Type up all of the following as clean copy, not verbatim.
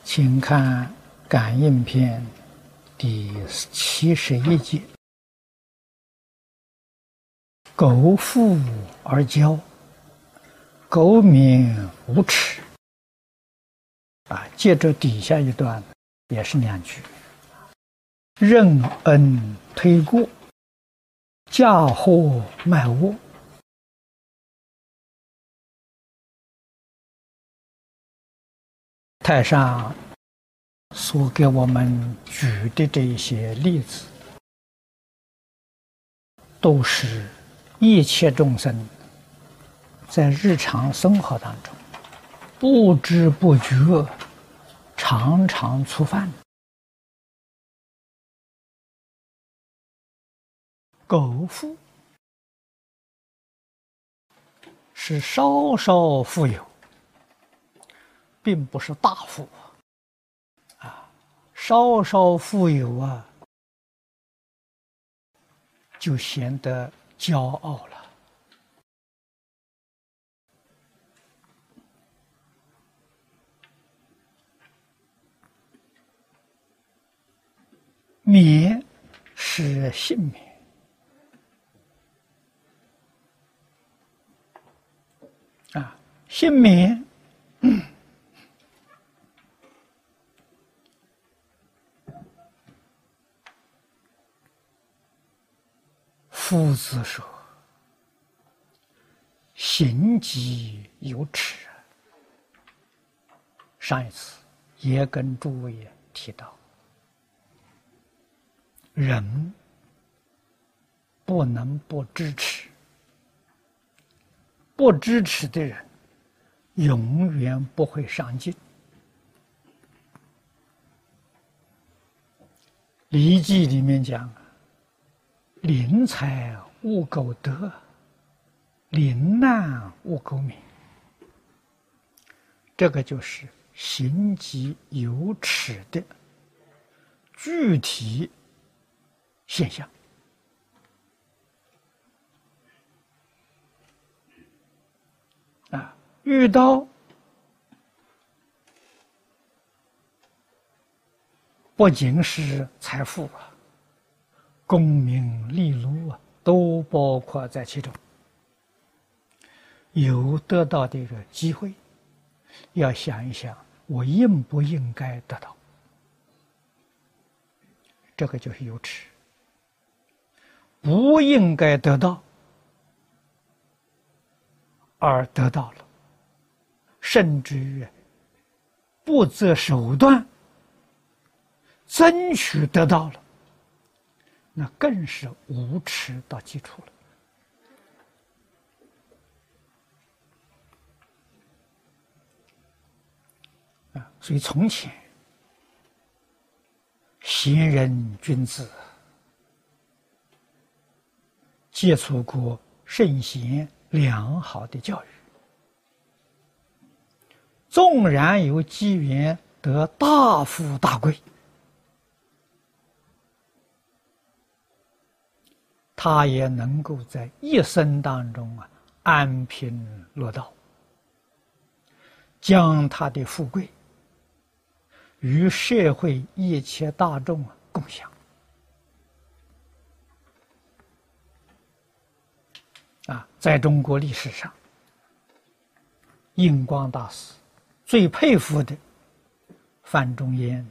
请看感应篇第71节：苟富而骄，苟免无耻。接着底下一段也是2句：任恩推过，嫁祸卖窝。太上所给我们举的这些例子，都是一切众生在日常生活当中不知不觉常常触犯。苟富是稍稍富有，并不是大富稍稍富有就显得骄傲了。免是幸免，幸免夫子说：“行己有耻。”上一次也跟诸位提到，人不能不知耻，不知耻的人永远不会上进。《礼记》里面讲：“临财勿苟得，临难勿苟免。”这个就是行己有耻的具体现象。遇到不仅是财富功名利禄都包括在其中。有得到的一个机会，要想一想，我应不应该得到？这个就是有耻。不应该得到，而得到了，甚至于不择手段争取得到了，那更是无耻到极处了。所以从前贤人君子接触过圣贤良好的教育，纵然有机缘得大富大贵，他也能够在一生当中安贫乐道，将他的富贵与社会一切大众共享。在中国历史上，印光大师最佩服的范仲淹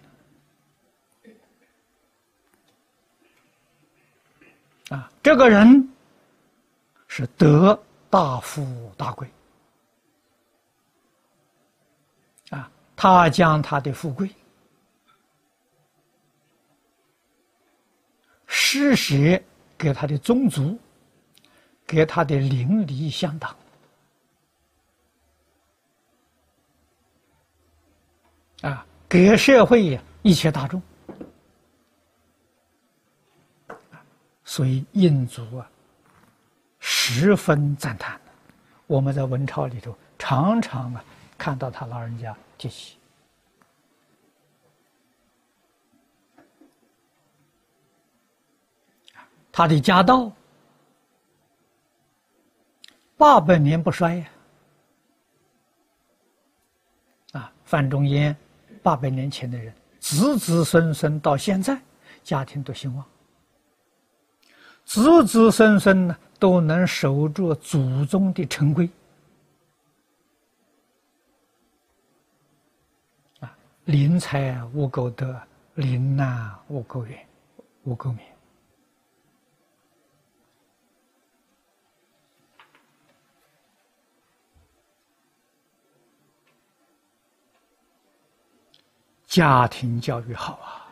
这个人是得大富大贵他将他的富贵施舍给他的宗族，给他的邻里乡党给社会一切大众。所以印族十分赞叹。我们在文钞里头常常看到他老人家提起。他的家道800年不衰范仲淹 800年前的人，子子孙孙到现在，家庭都兴旺，子子孙孙呢都能守住祖宗的成规。临财无苟得，临难无苟远，无苟免。家庭教育好啊，